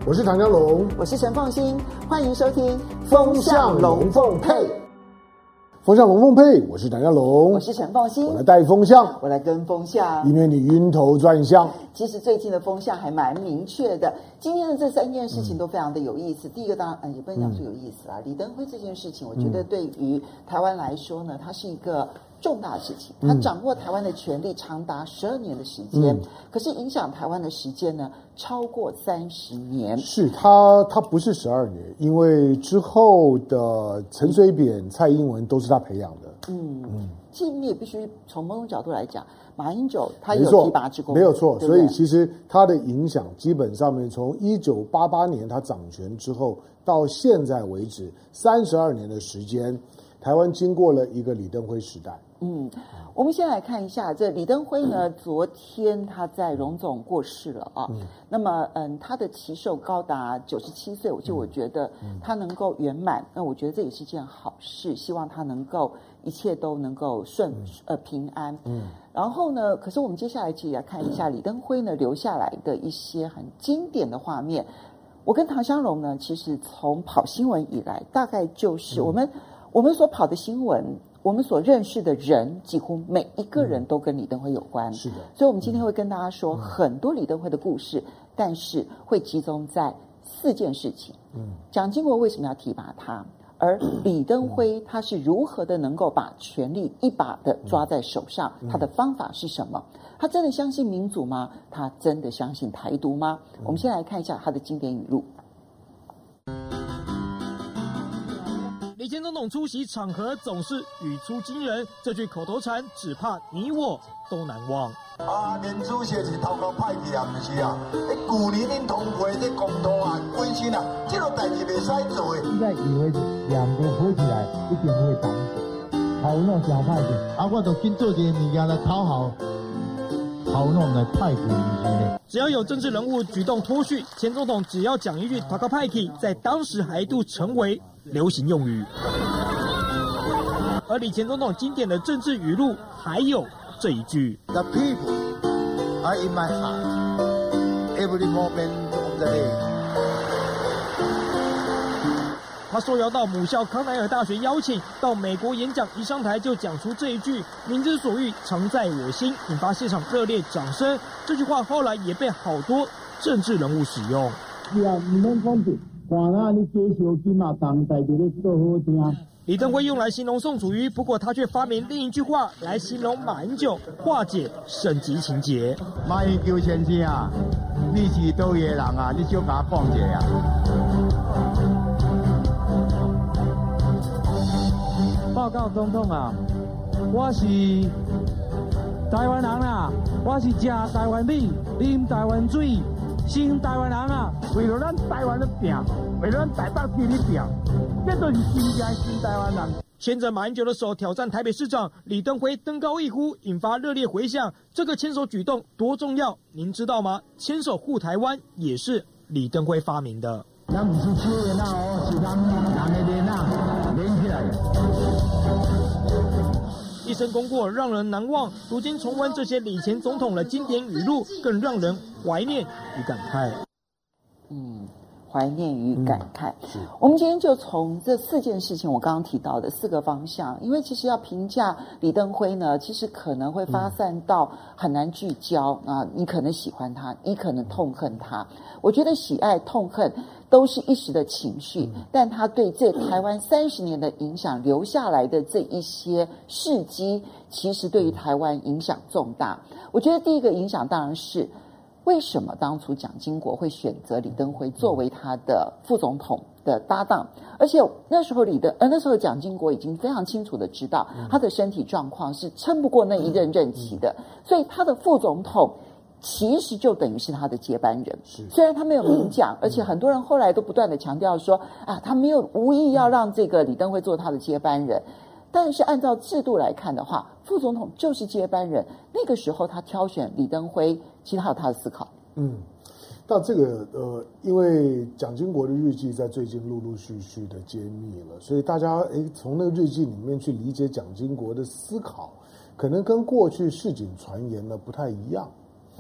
我是唐湘龙， 我是陈凤馨，欢迎收听《 风向龙凤配》。风向龙凤配，我是唐湘龙， 我是陈凤馨， 我来带风向， 我来跟风向， 以免你晕头转向。 其实最近的风向还蛮明确的，今天的这3件事情都非常的有意思。第一个当然，也不能讲说有意思啦，李登辉这件事情，我觉得对于台湾来说呢，它是一个重大的事情，他掌握台湾的权力长达12年的时间，可是影响台湾的时间呢，超过30年。 是他不是12年，因为之后的陈水扁、蔡英文都是他培养的。 其实你也必须从某种角度来讲，马英九他有提拔之功， 没有错。 对不对？ 所以其实他的影响基本上面从1988年他掌权之后到现在为止32年的时间，台湾经过了一个李登辉时代。 我们先来看一下这李登辉呢，昨天他在荣总过世了啊。那么他的期寿高达97岁，我觉得他能够圆满，那我觉得这也是件好事，希望他能够一切都能够平安。然后呢，可是我们接下来其实来看一下李登辉呢留下来的一些很经典的画面。我跟唐湘龙呢，其实从跑新闻以来，大概就是我们所跑的新闻。我们所认识的人，几乎每一个人都跟李登辉有关。 是的， 所以我们今天会跟大家说很多李登辉的故事，但是会集中在4件事情。蒋经国为什么要提拔他？而李登辉他是如何的能够把权力一把的抓在手上？他的方法是什么？他真的相信民主吗？他真的相信台独吗？我们先来看一下他的经典语录。 李前总统出席场合总是语出惊人，这句口头禅只怕你我都难忘。 连主席是头壳歹去啊，不是啊？去年恁通过这公投案本身啊，这种代志袂使做的。 现在以为2个合起来一定会当选，好弄小派的，我就跟做这物件来讨好。好弄来派股的， 只要有政治人物举动脱序，前总统只要讲一句"讨个派去"，在当时还一度成为流行用语。而李前总统经典的政治语录还有这一句 ："The people are in my heart, every moment of the day." 他受邀到母校康奈尔大学邀请到美国演讲，一上台就讲出这一句"民之所欲，常在我心"，引发现场热烈掌声。这句话后来也被好多政治人物使用。李登辉用来形容宋楚瑜，不过他却发明另一句话来形容马英九，化解省级情节。 马英九先生啊，你是倒位的人啊？你小甲我讲一下啊。报告总统啊，我是台湾人啊，我是吃台湾米、啉台湾水、新台湾人啊，为了咱台湾的拼，为了咱台北市的拼，这就是真正的新台湾人。 牵着马英九的手挑战台北市长，李登辉登高一呼，引发热烈回响。这个牵手举动多重要，您知道吗？牵手护台湾也是李登辉发明的。 咱不是手的那哦，是人的脸啊，连起来的。 一生功过让人难忘，如今重温这些李前总统的经典语录，更让人怀念与感慨。 怀念与感慨。我们今天就从这4件事情，我刚刚提到的4个方向，因为其实要评价李登辉呢，其实可能会发散到很难聚焦啊。你可能喜欢他，你可能痛恨他。我觉得喜爱、痛恨都是一时的情绪，但他对这台湾30年的影响留下来的这一些事迹，其实对于台湾影响重大。我觉得第一个影响当然是，为什么当初蒋经国会选择李登辉作为他的副总统的搭档？而且那时候蒋经国已经非常清楚的知道他的身体状况是撑不过那一任任期的，所以他的副总统其实就等于是他的接班人。虽然他没有明讲，而且很多人后来都不断的强调说他没有无意要让这个李登辉做他的接班人。但是按照制度来看的话，副总统就是接班人。那个时候他挑选李登辉，其实还有他的思考。 但这个因为蒋经国的日记在最近陆陆续续的揭秘了，所以大家从那个日记里面去理解蒋经国的思考，可能跟过去市井传言呢不太一样。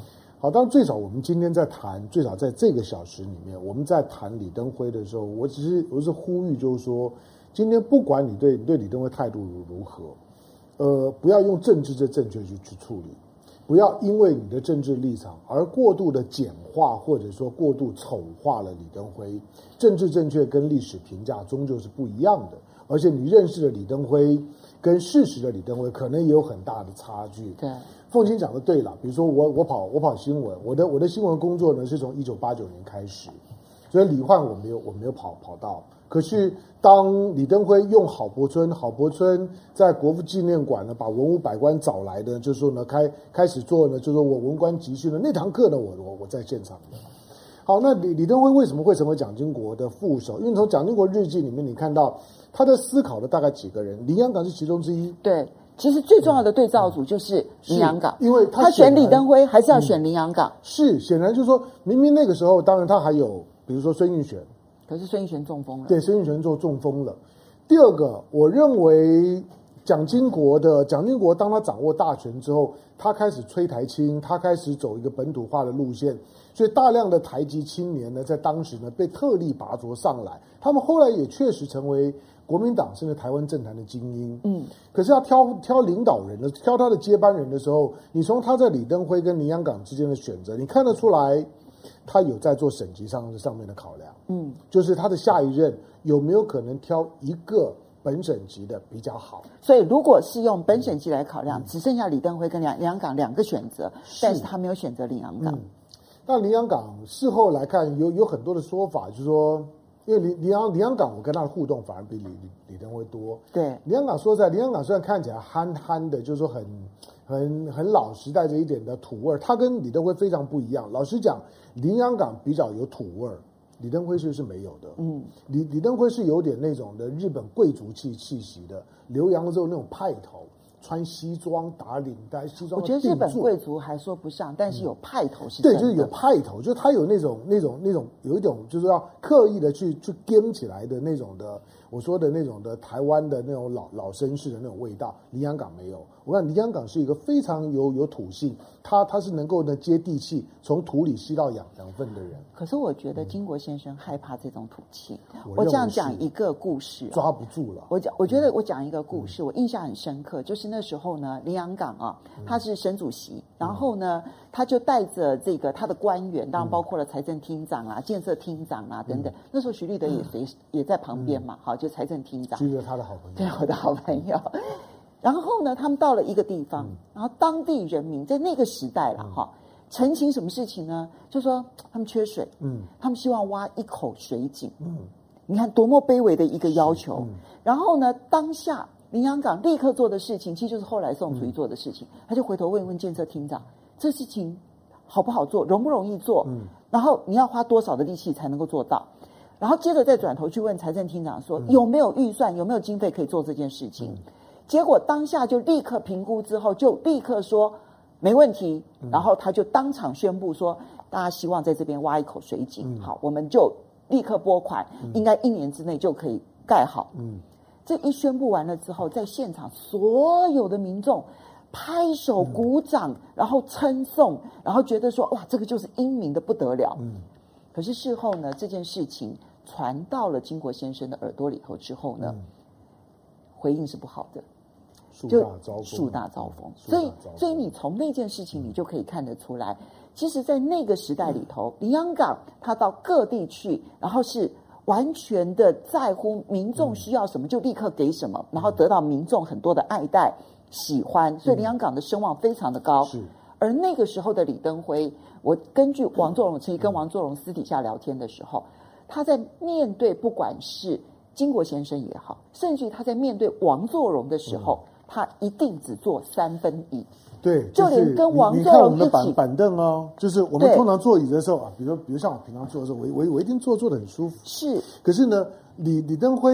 好，当然最少我们今天在谈，最少在这个小时里面，我们在谈李登辉的时候，我是呼吁，就是说，今天不管你对李登辉态度如何，不要用政治的正确去处理，不要因为你的政治立场而过度的简化或者说过度丑化了李登辉。政治正确跟历史评价终究是不一样的，而且你认识的李登辉跟事实的李登辉可能也有很大的差距。 对， 凤青讲的对了，比如说我跑新闻，我的新闻工作呢是从1989年开始，所以李焕我没有跑到。可是当李登辉用郝柏村在国父纪念馆呢把文武百官找来的，就是说呢开始做呢，就是说我文官集训的那堂课呢，我在现场的。好，那李登辉为什么会成为蒋经国的副手？因为从蒋经国日记里面你看到他在思考的大概几个人，林洋港是其中之一。 对，其实最重要的对照组就是林洋港， 因为他选李登辉还是要选林洋港。 是显然就是说，明明那个时候，当然他还有比如说孙运璇， 可是孙运璇中风了。 对，孙运璇中风了。第二个，我认为蒋经国当他掌握大权之后，他开始催台青，他开始走一个本土化的路线，所以大量的台籍青年呢，在当时呢被特例拔擢上来，他们后来也确实成为国民党甚至台湾政坛的精英。可是要挑领导人的，挑他的接班人的时候，你从他在李登辉跟林洋港之间的选择，你看得出来，他有在做省级上面的考量。就是他的下一任有没有可能挑一个本省级的比较好。 所以如果是用本省级来考量，只剩下李登辉跟林洋港两个选择，但是他没有选择林洋港。 那林洋港事后来看有很多的说法，就是说，因为林洋港我跟他的互动反而比李登辉多。 对， 林洋港说实在，林洋港虽然看起来憨憨的，就是说很老实，带着一点的土味，他跟李登辉非常不一样。老实讲，林洋港比较有土味，李登辉是没有的。李登辉是有点那种的日本贵族气息的，留洋之后那种派头。穿西装打领带，西装。 我觉得日本贵族还说不上，但是有派头是真的。 对，就是有派头，就是他有那种有一种就是要刻意的去跟起来的那种的，我说的那种的台湾的那种老绅士的那种味道。林洋港没有，我看林洋港是一个非常有土性，他是能够呢接地气，从土里吸到养分的人。 可是我觉得经国先生害怕这种土气。我这样讲一个故事， 抓不住了。 我觉得我讲一个故事，我印象很深刻，就是那时候呢，林洋港啊，他是省主席，然后呢，他就带着这个他的官员，当然包括了财政厅长啊、建设厅长啊等等。那时候徐立德也在旁边嘛，好，就财政厅长， 徐立德他的好朋友， 对，我的好朋友。然后呢，他们到了一个地方，然后当地人民在那个时代了哈，澄清什么事情呢？就说他们缺水，他们希望挖一口水井，你看多么卑微的一个要求。然后呢，当下林洋港立刻做的事情，其实就是后来宋楚瑜做的事情，他就回头问一问建设厅长，这事情好不好做，容不容易做？然后你要花多少的力气才能够做到？然后接着再转头去问财政厅长说，有没有预算，有没有经费可以做这件事情？结果当下就立刻评估之后，就立刻说没问题，然后他就当场宣布说，大家希望在这边挖一口水井，好，我们就立刻拨款，应该1年之内就可以盖好。这一宣布完了之后，在现场所有的民众拍手鼓掌，然后称颂，然后觉得说哇，这个就是英明的不得了。可是事后呢，这件事情传到了经国先生的耳朵里头之后呢，回应是不好的。树大招风，所以你从那件事情你就可以看得出来，其实在那个时代里头，林洋港他到各地去，然后是完全的在乎民众需要什么就立刻给什么，然后得到民众很多的爱戴喜欢，所以林洋港的声望非常的高。而那个时候的李登辉，我根据王作荣，其实跟王作荣私底下聊天的时候，他在面对不管是经国先生也好，甚至于他在面对王作荣的时候，他一定只坐1/3。 对， 就连跟王作荣一起， 你看我们的板凳哦，就是我们通常坐椅子的时候啊，比如像我平常坐的时候，我一定坐得很舒服。 是， 可是呢，李登辉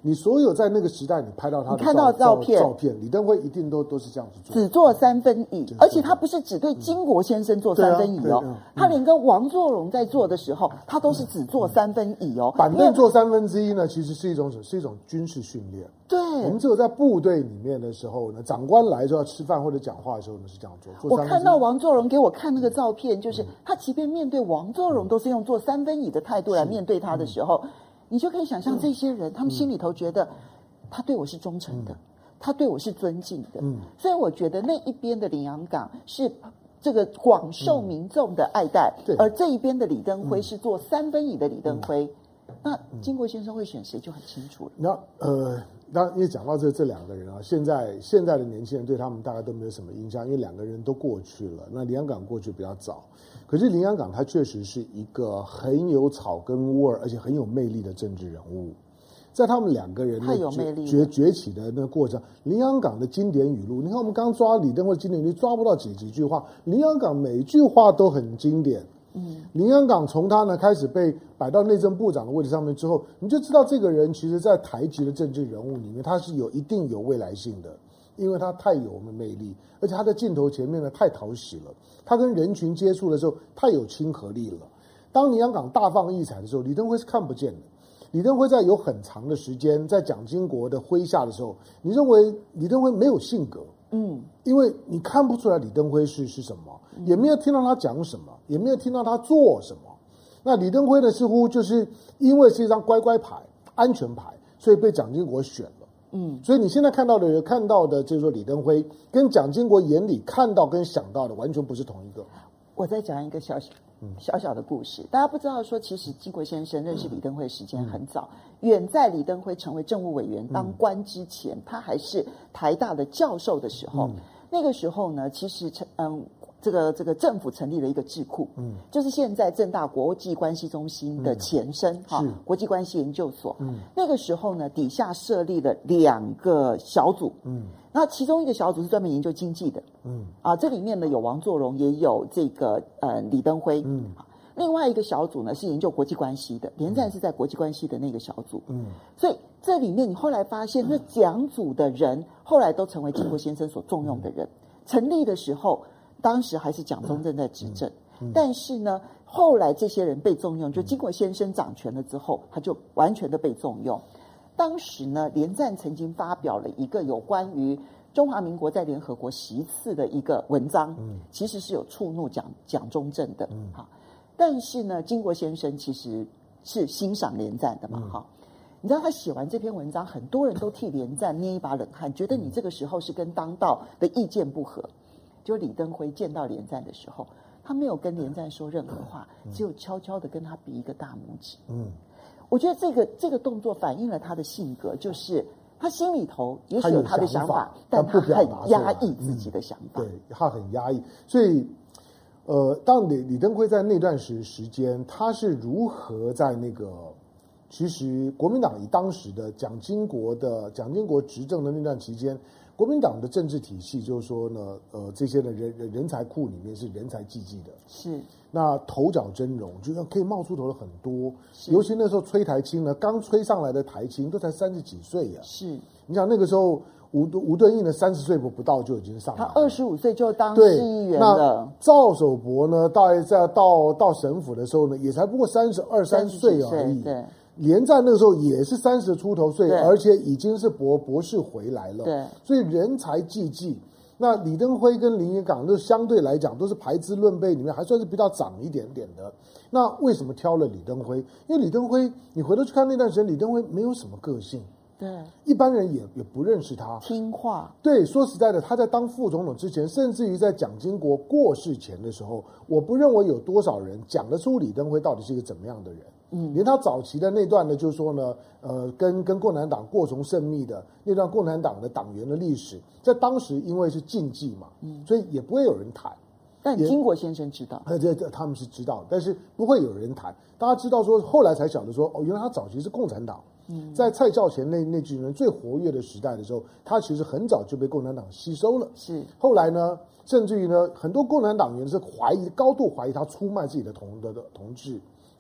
你所有在那个时代你拍到他的看到照片， 李登辉一定都是这样子做， 只做三分椅，而且他不是只对金国先生做三分椅哦，他连跟王作荣在做的时候，他都是只做三分椅哦。 板凳做1/3呢，其实是一种军事训练。 对， 我们只有在部队里面的时候呢，长官来就要吃饭或者讲话的时候呢是这样做。 我看到王作荣给我看那个照片，就是他即便面对王作荣都是用做三分椅的态度来面对他的时候，你就可以想象这些人，他们心里头觉得他对我是忠诚的，他对我是尊敬的。所以我觉得那一边的林洋港是这个广受民众的爱戴，而这一边的李登辉是做三分椅的李登辉。那经国先生会选谁就很清楚了。 那因为讲到这两个人啊，现在的年轻人对他们大概都没有什么印象，因为两个人都过去了。那林洋港过去比较早，可是林洋港他确实是一个很有草根味儿，而且很有魅力的政治人物。在他们两个人的崛起的那个过程，林洋港的经典语录，你看我们刚抓李登辉经典语录抓不到几句话，林洋港每句话都很经典。林洋港从他呢开始被摆到内政部长的位置上面之后，你就知道这个人其实在台籍的政治人物里面，他是一定有未来性的，因为他太有魅力，而且他在镜头前面呢太讨喜了，他跟人群接触的时候太有亲和力了。当林洋港大放异彩的时候，李登辉是看不见的。李登辉在有很长的时间在蒋经国的麾下的时候，你认为李登辉没有性格，因为你看不出来李登辉是什么，也没有听到他讲什么，也没有听到他做什么。那李登辉呢，似乎就是因为是一张乖乖牌、安全牌，所以被蒋经国选了。所以你现在看到的就是说李登辉跟蒋经国眼里看到跟想到的完全不是同一个。 我再讲一个小小的故事，大家不知道说，其实经国先生认识李登辉时间很早，远在李登辉成为政务委员当官之前，他还是台大的教授的时候，那个时候呢，其实这个政府成立了一个智库，就是现在政大国际关系中心的前身国际关系研究所。那个时候呢，底下设立了2个小组，那其中一个小组是专门研究经济的，这里面呢有王作荣，也有这个李登辉，另外一个小组呢是研究国际关系的，连战是在国际关系的那个小组，所以这里面你后来发现，这2组的人后来都成为经国先生所重用的人。成立的时候，当时还是蒋中正在执政，但是呢，后来这些人被重用，就经国先生掌权了之后，他就完全的被重用。当时呢，连战曾经发表了一个有关于中华民国在联合国席次的一个文章，其实是有触怒蒋中正的，但是呢，经国先生其实是欣赏连战的嘛，你知道他写完这篇文章，很多人都替连战捏一把冷汗，觉得你这个时候是跟当道的意见不合。就李登辉见到连战的时候，他没有跟连战说任何话，只有悄悄的跟他比一个大拇指。我觉得这个动作反映了他的性格，就是他心里头也许有他的想法，但他很压抑自己的想法。 对，他很压抑。所以，当李登辉在那段时间，他是如何在那个，其实国民党以当时的蒋经国执政的那段期间，国民党的政治体系就是说呢，这些的人才库里面是人才济济的，是那头角峥嵘，就是可以冒出头的很多。尤其那时候吹台青呢，刚吹上来的台青都才30几岁呀。是，你想那个时候吴敦义呢，30岁不到就已经上来了， 他25岁就当市议员了。 赵守博呢，到省府的时候呢，也才不过32、3岁而已。对。连战那个时候也是30出头岁，而且已经是博士回来了。对，所以人才济济。那李登辉跟林洋港就相对来讲都是排资论辈里面还算是比较长一点点的。那为什么挑了李登辉？因为李登辉，你回头去看那段时间，李登辉没有什么个性。对，一般人也不认识他， 听话。对， 说实在的，他在当副总统之前，甚至于在蒋经国过世前的时候，我不认为有多少人讲得出李登辉到底是一个怎么样的人。连他早期的那段呢，就是说呢，跟共产党过从甚密的那段共产党的党员的历史，在当时因为是禁忌嘛，所以也不会有人谈。 但经国先生知道， 他们是知道，但是不会有人谈。大家知道说，后来才晓得说，原来他早期是共产党。在蔡兆乾那群人最活跃的时代的时候，他其实很早就被共产党吸收了。是后来呢，甚至于呢，很多共产党员是高度怀疑他出卖自己的同志。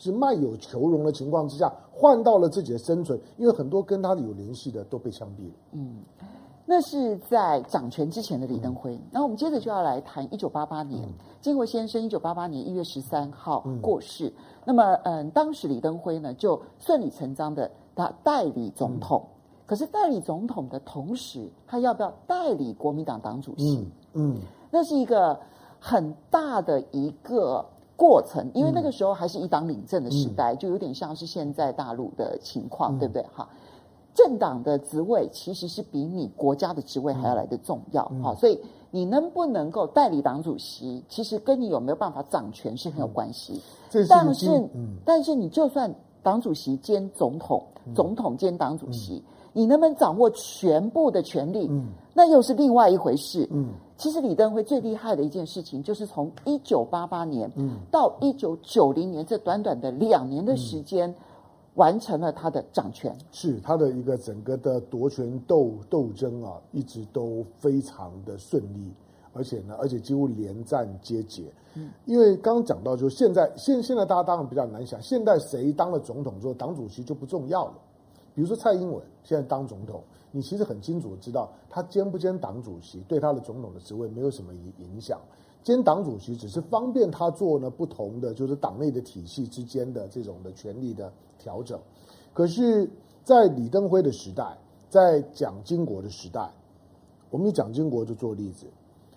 是卖友求荣的情况之下，换到了自己的生存，因为很多跟他有联系的都被枪毙了。 那是在掌权之前的李登辉。然后我们接着就要来谈1988年，经国先生1988年1月13号过世。那么，当时李登辉呢就顺理成章的他代理总统。可是代理总统的同时，他要不要代理国民党党主席？那是一个很大的一个过程，因为那个时候还是一党领政的时代，就有点像是现在大陆的情况，对不对？哈，政党的职位其实是比你国家的职位还要来得重要，好，所以你能不能够代理党主席，其实跟你有没有办法掌权是很有关系。但是你就算党主席兼总统，总统兼党主席，你能不能掌握全部的权力？那又是另外一回事。其实李登辉最厉害的一件事情，就是从1988年到1990年这短短的2年的时间，完成了他的掌权。 是他的一个整个的夺权斗争啊，一直都非常的顺利，而且几乎连战皆捷。因为刚刚讲到，就现在大家当然比较难想，现在谁当了总统之后，党主席就不重要了。比如说蔡英文现在当总统，你其实很清楚的知道，他兼不兼党主席对他的总统的职位没有什么影响。兼党主席只是方便他做呢不同的就是党内的体系之间的这种的权力的调整。可是，在李登辉的时代，在蒋经国的时代，我们以蒋经国就做例子。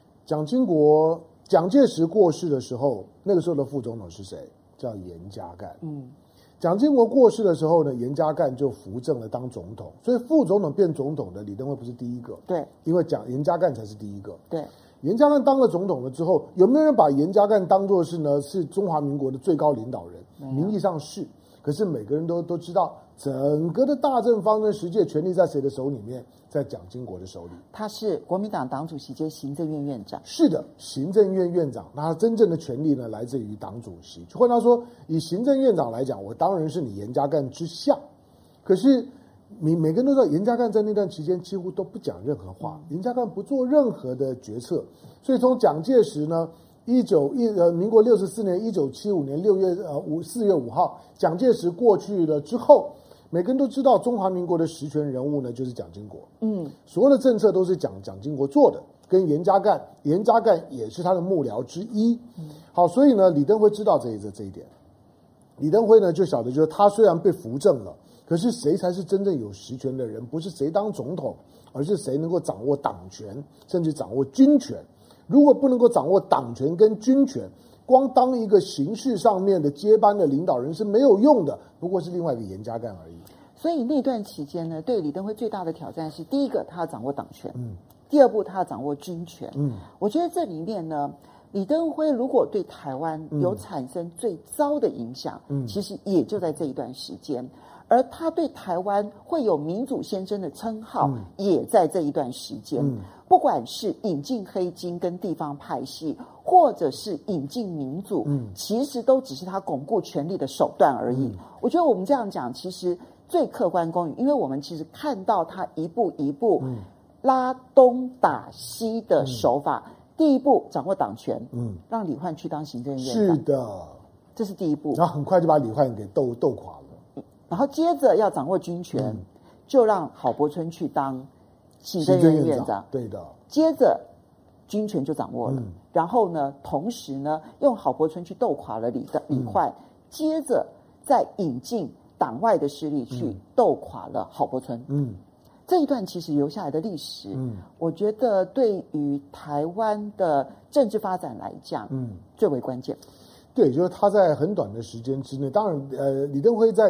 蒋介石过世的时候，那个时候的副总统是谁？叫严家淦。蒋经国过世的时候呢，严家淦就扶正了当总统，所以副总统变总统的李登辉不是第一个， 对， 因为严家淦才是第一个， 对。 严家淦当了总统了之后，有没有人把严家淦当作是中华民国的最高领导人？名义上是，可是每个人都知道，整个的大政方针实际的权力在谁的手里面？在蒋经国的手里。他是国民党党主席兼行政院院长。是的，行政院院长。那他真正的权力呢，来自于党主席。就换他说，以行政院长来讲，我当然是你严家淦之下。可是每个人都知道，严家淦在那段期间几乎都不讲任何话，严家淦不做任何的决策。所以从蒋介石呢，民国64年1975年4月5号，蒋介石过去了之后，每个人都知道中华民国的实权人物呢就是蒋经国。所有的政策都是蒋经国做的，跟严家淦也是他的幕僚之一。好，所以呢，李登辉知道这一点。李登辉呢就晓得，就是他虽然被扶正了，可是谁才是真正有实权的人？不是谁当总统，而是谁能够掌握党权，甚至掌握军权。如果不能够掌握党权跟军权，光当一个形式上面的接班的领导人是没有用的，不过是另外一个严家淦而已。 所以那段期间呢，对李登辉最大的挑战是，第一个他要掌握党权，第二步他要掌握军权。我觉得这里面呢，李登辉如果对台湾有产生最糟的影响，其实也就在这一段时间。而他对台湾会有民主先生的称号，也在这一段时间。不管是引进黑金跟地方派系，或者是引进民主，其实都只是他巩固权力的手段而已。我觉得我们这样讲，其实最客观公允，因为我们其实看到他一步一步拉东打西的手法。第一步掌握党权，让李焕去当行政院长， 是的， 这是第一步。 然后很快就把李焕给斗垮了。 然后接着要掌握军权，就让郝柏村去当行政院院长。 对的。 接着军权就掌握了，然后呢，同时呢，用郝柏村去斗垮了李焕，接着再引进党外的势力去斗垮了郝柏村。这一段其实留下来的历史，我觉得对于台湾的政治发展来讲，最为关键。 对，就是他在很短的时间之内，当然，李登辉在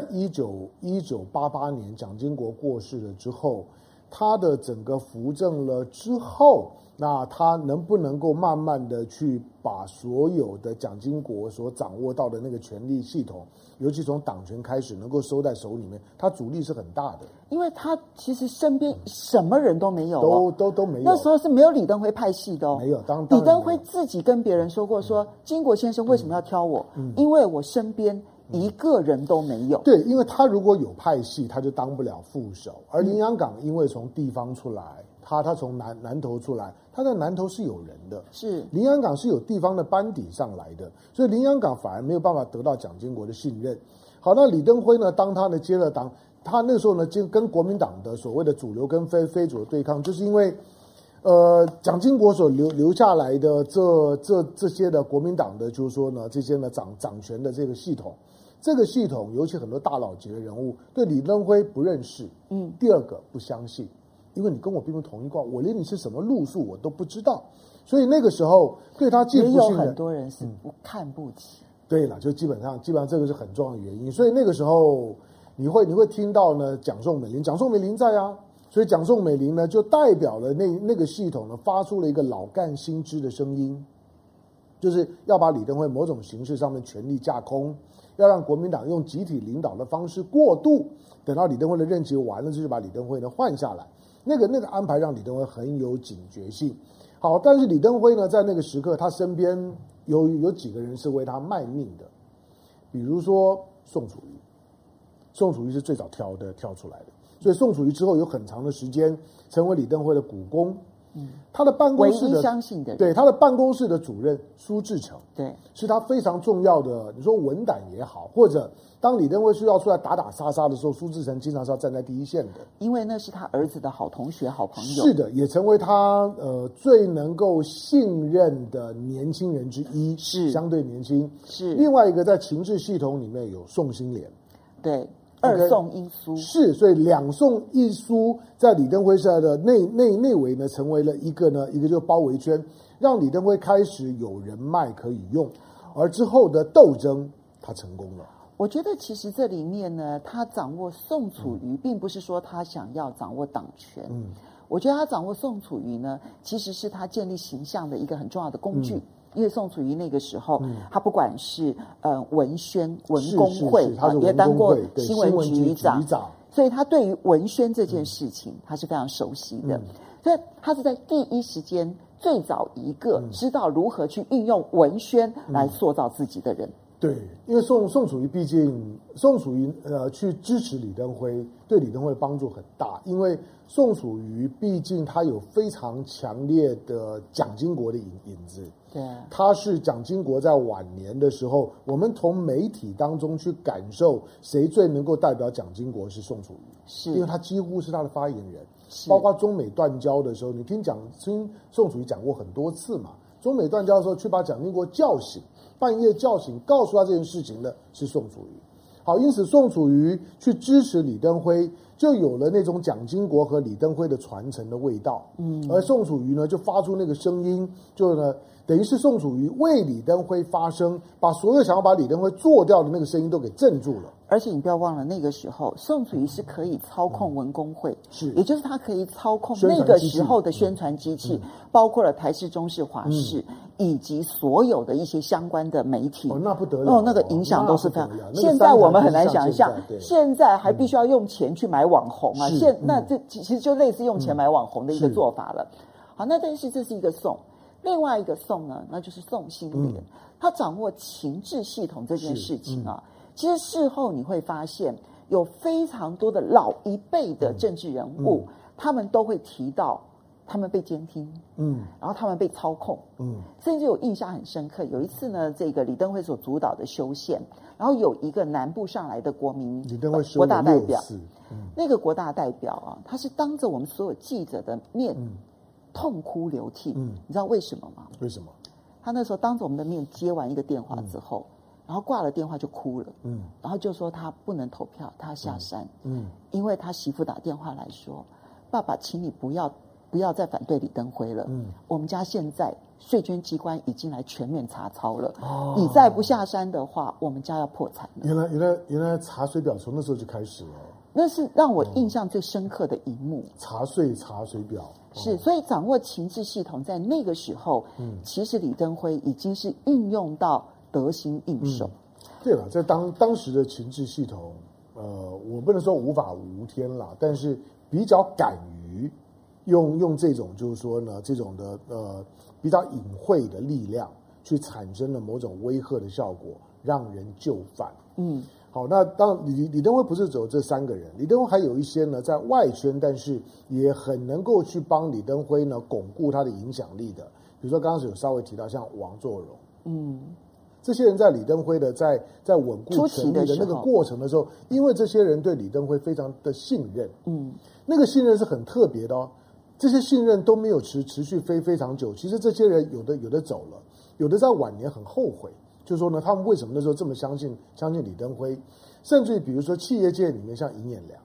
1988年蒋经国过世了之后，他的整个扶正了之后，那他能不能够慢慢的去把所有的蒋经国所掌握到的那个权力系统，尤其从党权开始能够收在手里面，他阻力是很大的。 因为他其实身边什么人都没有， 都没有。 那时候是没有李登辉派系的没有。 李登辉自己跟别人说过，说经国先生为什么要挑我？因为我身边一个人都没有。 对，因为他如果有派系，他就当不了副手。而林洋港因为从地方出来， 他从南投出来，他在南投是有人的， 是林洋港是有地方的班底上来的，所以林洋港反而没有办法得到蒋经国的信任。好，那李登辉呢，当他呢接了党，他那时候呢跟国民党的所谓的主流跟非主流对抗，就是因为蒋经国所留下来的这些的国民党的，就是说呢，这些呢掌权的这个系统，尤其很多大佬级的人物对李登辉不认识，第二个不相信，因为你跟我并不同一挂，我连你是什么路数我都不知道，所以那个时候对他既不信任， 也有很多人是不看不起。 对了，就基本上这个是很重要的原因，所以那个时候你会听到呢蒋宋美龄在啊。所以蒋宋美龄呢，就代表了那个系统呢，发出了一个老干新枝的声音，就是要把李登辉某种形式上面权力架空，要让国民党用集体领导的方式过渡，等到李登辉的任期完了，就把李登辉呢换下来。那个安排让李登辉很有警觉性。好，但是李登辉呢，在那个时刻，他身边有几个人是为他卖命的，比如说宋楚瑜，宋楚瑜是最早跳出来的。所以宋楚瑜之后有很长的时间成为李登辉的股东，他的办公室的唯一相信的人， 对他的办公室的主任苏志诚， 对， 是他非常重要的。你说文胆也好，或者当李登辉需要出来打打杀杀的时候，苏志诚经常是要站在第一线的， 因为那是他儿子的好同学、好朋友。 是的，也成为他最能够信任的年轻人之一， 是相对年轻。 是另外一个在情治系统里面有宋馨莲， 对。二宋一苏是，所以两宋一苏在李登辉时代的内围呢，成为了一个就包围圈，让李登辉开始有人脉可以用，而之后的斗争他成功了。 我觉得其实这里面呢，他掌握宋楚瑜，并不是说他想要掌握党权，我觉得他掌握宋楚瑜呢，其实是他建立形象的一个很重要的工具。因为宋楚瑜那个时候，他不管是文宣文工会也当过新闻局长，所以他对于文宣这件事情，他是非常熟悉的。所以他是在第一时间最早一个知道如何去运用文宣来塑造自己的人。 对，因为宋楚瑜毕竟去支持李登辉，对李登辉的帮助很大，因为宋楚瑜毕竟他有非常强烈的蒋经国的影子。 对， 他是蒋经国在晚年的时候，我们从媒体当中去感受谁最能够代表蒋经国是宋楚瑜， 是因为他几乎是他的发言人，包括中美断交的时候，你听宋楚瑜讲过很多次嘛。中美断交的时候，去把蒋经国叫醒，半夜叫醒，告诉他这件事情的是宋楚瑜。好，因此宋楚瑜去支持李登辉，就有了那种蒋经国和李登辉的传承的味道。而宋楚瑜呢，就发出那个声音，就呢，等于是宋楚瑜为李登辉发声，把所有想要把李登辉做掉的那个声音都给镇住了。 而且你不要忘了，那个时候宋楚瑜是可以操控文工会， 是， 也就是他可以操控那个时候的宣传机器，包括了台视、中视、华视，以及所有的一些相关的媒体。 那不得了！ 那个影响都是非常。现在我们很难想象，现在还必须要用钱去买网红啊！那这其实就类似用钱买网红的一个做法了。好，那但是这是一个宋，另外一个宋呢，那就是宋馨莲，他掌握情治系统这件事情啊。其实事后你会发现，有非常多的老一辈的政治人物，他们都会提到他们被监听，然后他们被操控，甚至有印象很深刻。有一次呢，这个李登辉所主导的修宪，然后有一个南部上来的国大代表，那个国大代表啊，他是当着我们所有记者的面，痛哭流涕。你知道为什么吗？ 为什么？ 他那时候当着我们的面接完一个电话之后。然后挂了电话就哭了，然后就说他不能投票，他要下山，因为他媳妇打电话来说，爸爸，请你不要再反对李登辉了，我们家现在税捐机关已经来全面查抄了，你再不下山的话，我们家要破产了。 原来查水表从那时候就开始了， 那是让我印象最深刻的一幕。查水表是，所以掌握情治系统在那个时候，其实李登辉已经是运用到得心应手。 对了，在当时的情治系统，我不能说无法无天啦，但是比较敢于用这种就是说呢，这种的比较隐晦的力量，去产生了某种威吓的效果，让人就范。 好，那当然李登辉不是只有这3个人，李登辉还有一些呢在外圈，但是也很能够去帮李登辉呢巩固他的影响力的，比如说刚刚有稍微提到像王作荣，这些人在李登辉的在稳固权力的那个过程的时候，因为这些人对李登辉非常的信任，那个信任是很特别的哦，这些信任都没有持续非常久，其实这些人有的走了，有的在晚年很后悔。就是说呢，他们为什么那时候这么相信李登辉，甚至于比如说企业界里面像尹衍梁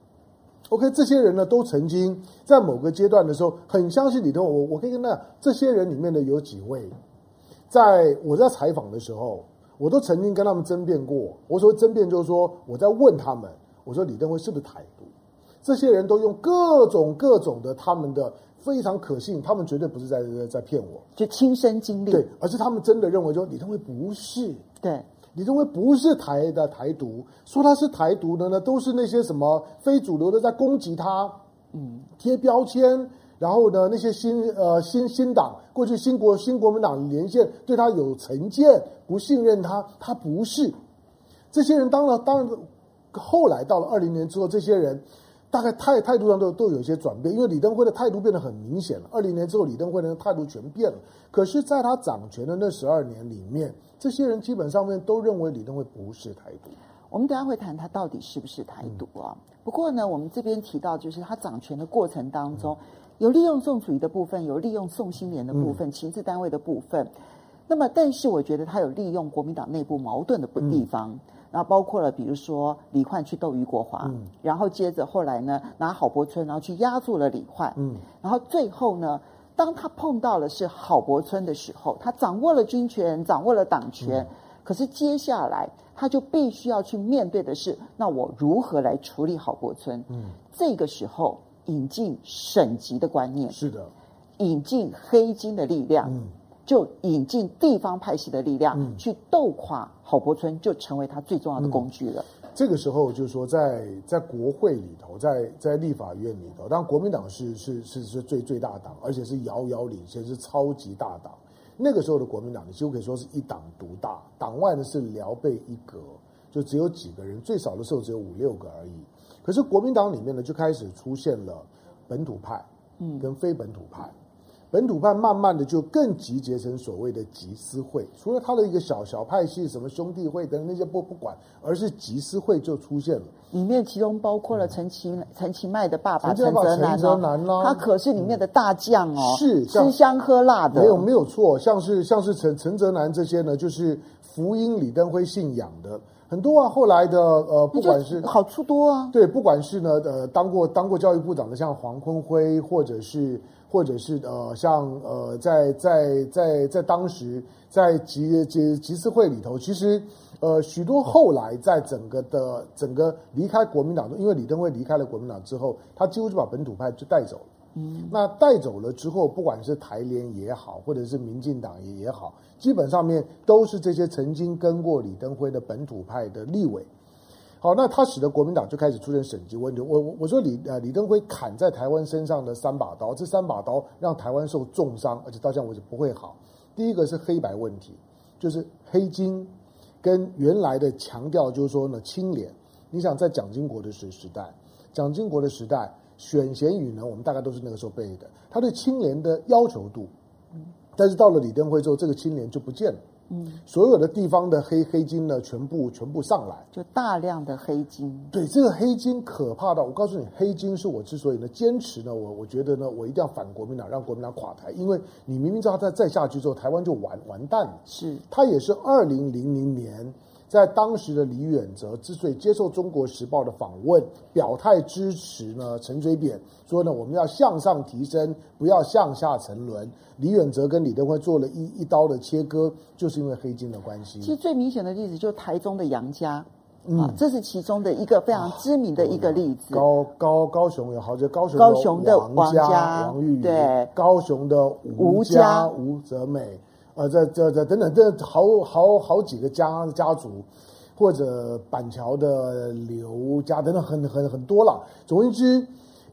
，OK， 这些人呢都曾经在某个阶段的时候很相信李登辉。我可以跟大家，这些人里面的有几位，我在采访的时候，我都曾经跟他们争辩过。我所谓争辩就是说，我在问他们，我说李登辉是不是台独？这些人都用各种的他们的。非常可信，他们绝对不是在骗我， 就亲身经历， 对，而是他们真的认为说李登辉不是， 对， 李登辉不是台独，说他是台独的呢，都是那些什么非主流的在攻击他，贴标签，然后呢那些新党，过去新国民党连线对他有成见，不信任他，他不是，这些人当然后来到了20年之后，这些人。大概态度上都有一些转变，因为李登辉的态度变得很明显了。20年之后，李登辉的态度全变了。可是，在他掌权的那12年里面，这些人基本上面都认为李登辉不是台独。 我们等一下会谈他到底是不是台独啊？不过呢，我们这边提到就是他掌权的过程当中，有利用宋楚瑜的部分，有利用宋馨莲的部分，情治单位的部分。那么，但是我觉得他有利用国民党内部矛盾的地方。然后包括了，比如说李焕去斗于国华，然后接着后来呢拿郝柏村，然后去压住了李焕，然后最后呢，当他碰到的是郝柏村的时候，他掌握了军权，掌握了党权，可是接下来他就必须要去面对的是，那我如何来处理郝柏村？这个时候引进省级的观念， 是的， 引进黑金的力量。就引进地方派系的力量，去斗垮郝柏村，就成为他最重要的工具了。 这个时候就是说在国会里头，在立法院里头，当然国民党是最大党，而且是遥遥领先，是超级大党。那个时候的国民党，你几乎可以说是一党独大，党外呢是辽备一格，就只有几个人，最少的时候只有5-6个而已。可是国民党里面呢，就开始出现了本土派，跟非本土派。本土派慢慢的就更集结成所谓的集思会，除了他的一个小派系，什么兄弟会等那些不管，而是集思会就出现了。 里面其中包括了陈其迈的爸爸陈泽南他可是里面的大将哦， 是吃香喝辣的， 没有错，像是陈泽南这些呢，就是福音李登辉信仰的。很多啊，后来的不管是好处多啊， 对，不管是呢当过教育部长的像黄坤辉，或者是像在当时在集思会里头，其实许多后来在整个离开国民党，因为李登辉离开了国民党之后，他几乎就把本土派就带走了。那带走了之后，不管是台联也好，或者是民进党也好，基本上面都是这些曾经跟过李登辉的本土派的立委。好，那他使得国民党就开始出现省级问题。我说李登辉砍在台湾身上的3把刀，这3把刀让台湾受重伤，而且到现在为止不会好。第一个是黑白问题，就是黑金跟原来的强调就是说呢清廉。你想在蒋经国的时代。选贤与能，我们大概都是那个时候背的。他对清廉的要求度，但是到了李登辉之后，这个清廉就不见了。所有的地方的黑金呢，全部上来， 就大量的黑金。 对，这个黑金可怕到，我告诉你，黑金是我之所以呢坚持呢，我觉得呢，我一定要反国民党，让国民党垮台，因为你明明知道他再下去之后，台湾就完蛋了。 是， 他也是2000年。在当时的李远哲之所以接受《中国时报》的访问，表态支持呢陈水扁，说呢我们要向上提升，不要向下沉沦。李远哲跟李登辉做了一刀的切割，就是因为黑金的关系。 其实最明显的例子就是台中的杨家，这是其中的一个非常知名的一个例子。 高雄有好几个，高雄的王家、王玉，对，高雄的吴家、吴泽美。这等等，这好几个家族，或者板桥的刘家等等，很多了。总而言之，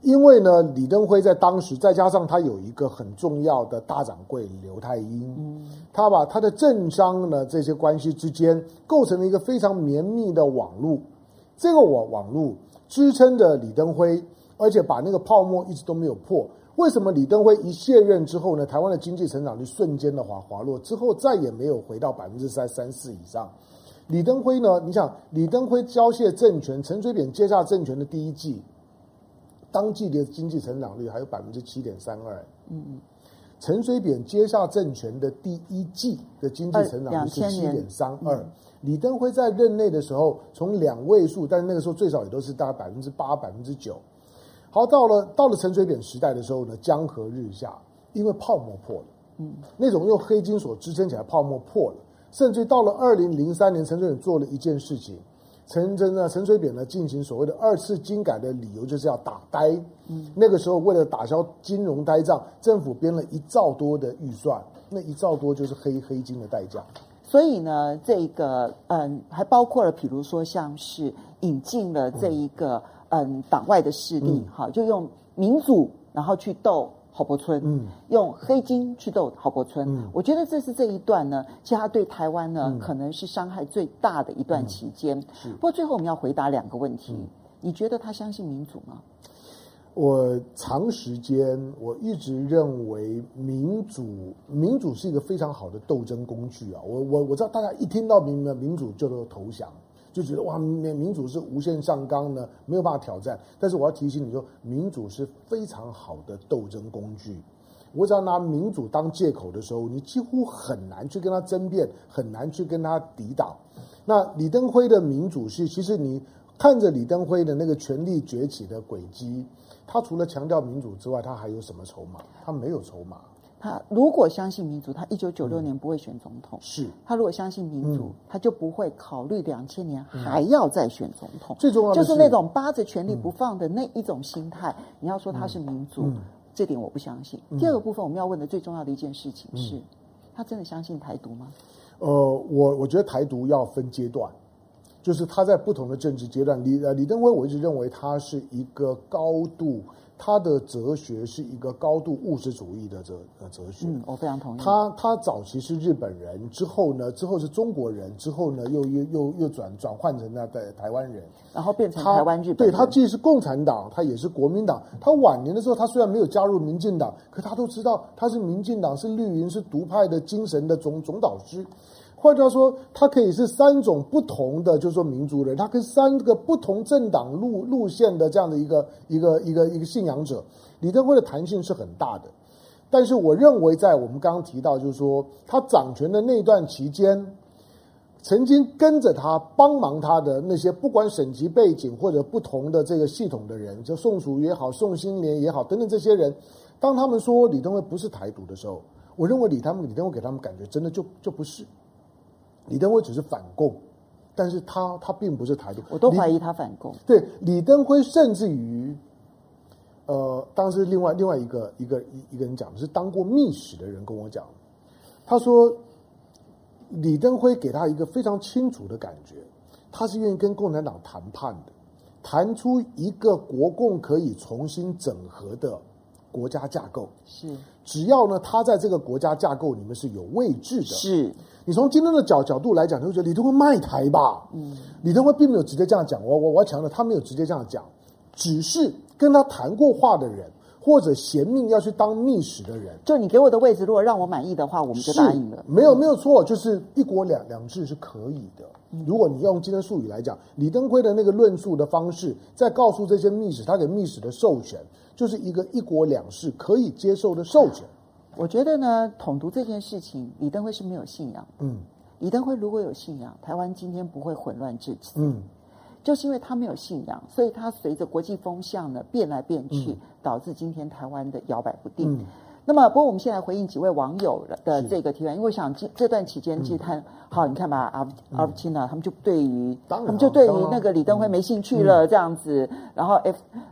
因为呢，李登辉在当时，再加上他有一个很重要的大掌柜刘太英，他把他的政商呢这些关系之间构成了一个非常绵密的网路，这个网路支撑着李登辉，而且把那个泡沫一直都没有破。为什么李登辉一卸任之后呢，台湾的经济成长率瞬间的滑落，之后再也没有回到3%、4%以上？李登辉呢，你想李登辉交卸政权，陈水扁接下政权的第一季，当季的经济成长率还有7.32%。陈水扁接下政权的第一季的经济成长率是7.32%。李登辉在任内的时候，从2位数，但是那个时候最少也都是大概8%、9%。好，到了陈水扁时代的时候呢，江河日下，因为泡沫破了，那种用黑金所支撑起来泡沫破了，甚至到了2003年，陈水扁做了一件事情，陈水扁呢进行所谓的2次金改的理由就是要打呆，那个时候为了打消金融呆账，政府编了1兆多的预算，那1兆多就是黑金的代价。 所以呢，这个还包括了，比如说像是引进了这一个党外的势力，就用民主然后去斗郝柏村，用黑金去斗郝柏村。我觉得这是这一段呢，其实它对台湾呢可能是伤害最大的一段期间。不过最后我们要回答2个问题，你觉得他相信民主吗？ 我长时间我一直认为民主是一个非常好的斗争工具啊。我知道大家一听到民主就都投降，就觉得哇，民主是无限上纲呢，没有办法挑战。但是我要提醒你说，民主是非常好的斗争工具。我只要拿民主当借口的时候，你几乎很难去跟他争辩，很难去跟他抵挡。那李登辉的民主是，其实你看着李登辉的那个权力崛起的轨迹，他除了强调民主之外，他还有什么筹码？他没有筹码。 他如果相信民主，他1996年不会选总统。 是。 他如果相信民主，他就不会考虑2000年还要再选总统。 最重要的就是那种扒着权力不放的那一种心态。你要说他是民主，这点我不相信。第2个部分我们要问的最重要的一件事情是，他真的相信台独吗？ 我觉得台独要分阶段。就是他在不同的政治阶段，李登辉我一直认为他是一个高度，他的哲学是一个高度务实主义的哲学。 我非常同意。 他早期是日本人，之后是中国人，之后呢又转换成了台湾人， 然后变成台湾日本人。 对，他既是共产党，他也是国民党。他晚年的时候，他虽然没有加入民进党，可他都知道他是民进党，是绿营，是独派的精神的总导师。换句话说，他可以是3种不同的，就是说民族人，他跟3个不同政党路线的这样的一个信仰者。李登辉的弹性是很大的，但是我认为在我们刚刚提到，就是说他掌权的那段期间，曾经跟着他帮忙他的那些不管省级背景或者不同的这个系统的人，就宋楚瑜也好，宋新莲也好等等这些人，当他们说李登辉不是台独的时候，我认为李登辉给他们感觉真的就不是。李登辉只是反共，但是他并不是台独。 我都怀疑他反共。 对，李登辉甚至于，当时另外一个人讲的是当过密使的人跟我讲，他说李登辉给他一个非常清楚的感觉，他是愿意跟共产党谈判的，谈出一个国共可以重新整合的国家架构。 是， 只要呢他在这个国家架构里面是有位置的。 是。你从今天的角度来讲，你会觉得李登辉卖台吧？李登辉并没有直接这样讲，我要强调，他没有直接这样讲，只是跟他谈过话的人，或者嫌命要去当密使的人， 就你给我的位置，如果让我满意的话，我们就答应了。 没有错，就是一国两制是可以的。如果你用今天术语来讲，李登辉的那个论述的方式，在告诉这些密使，他给密使的授权，就是一个一国两制可以接受的授权。 我觉得呢，统独这件事情，李登辉是没有信仰。李登辉如果有信仰，台湾今天不会混乱至此。就是因为他没有信仰，所以他随着国际风向呢变来变去，导致今天台湾的摇摆不定。那么，不过我们先来回应几位网友的这个提问，因为我想这段期间，其实他好，你看吧，阿夫钦呢，他们就对于那个李登辉没兴趣了，这样子。然后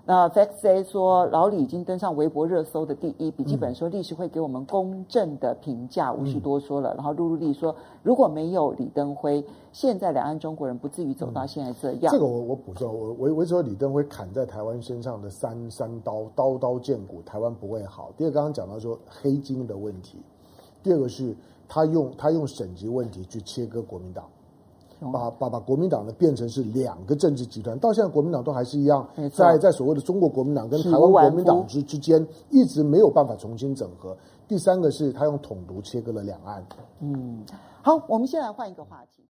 FXA 说老李已经登上微博热搜的第1，笔记本说历史会给我们公正的评价，无需多说了。然后陆丽说，如果没有李登辉， 现在两岸中国人不至于走到现在这样。 这个我补充，我说李登辉砍在台湾身上的三刀，刀刀见骨，台湾不会好。第二，刚刚讲到说黑金的问题，第二个是他用省级问题去切割国民党。把国民党呢变成是两个政治集团，到现在国民党都还是一样，在所谓的中国国民党跟台湾国民党之间一直没有办法重新整合。第三个是他用统独切割了两岸。 好，我们先来换一个话题。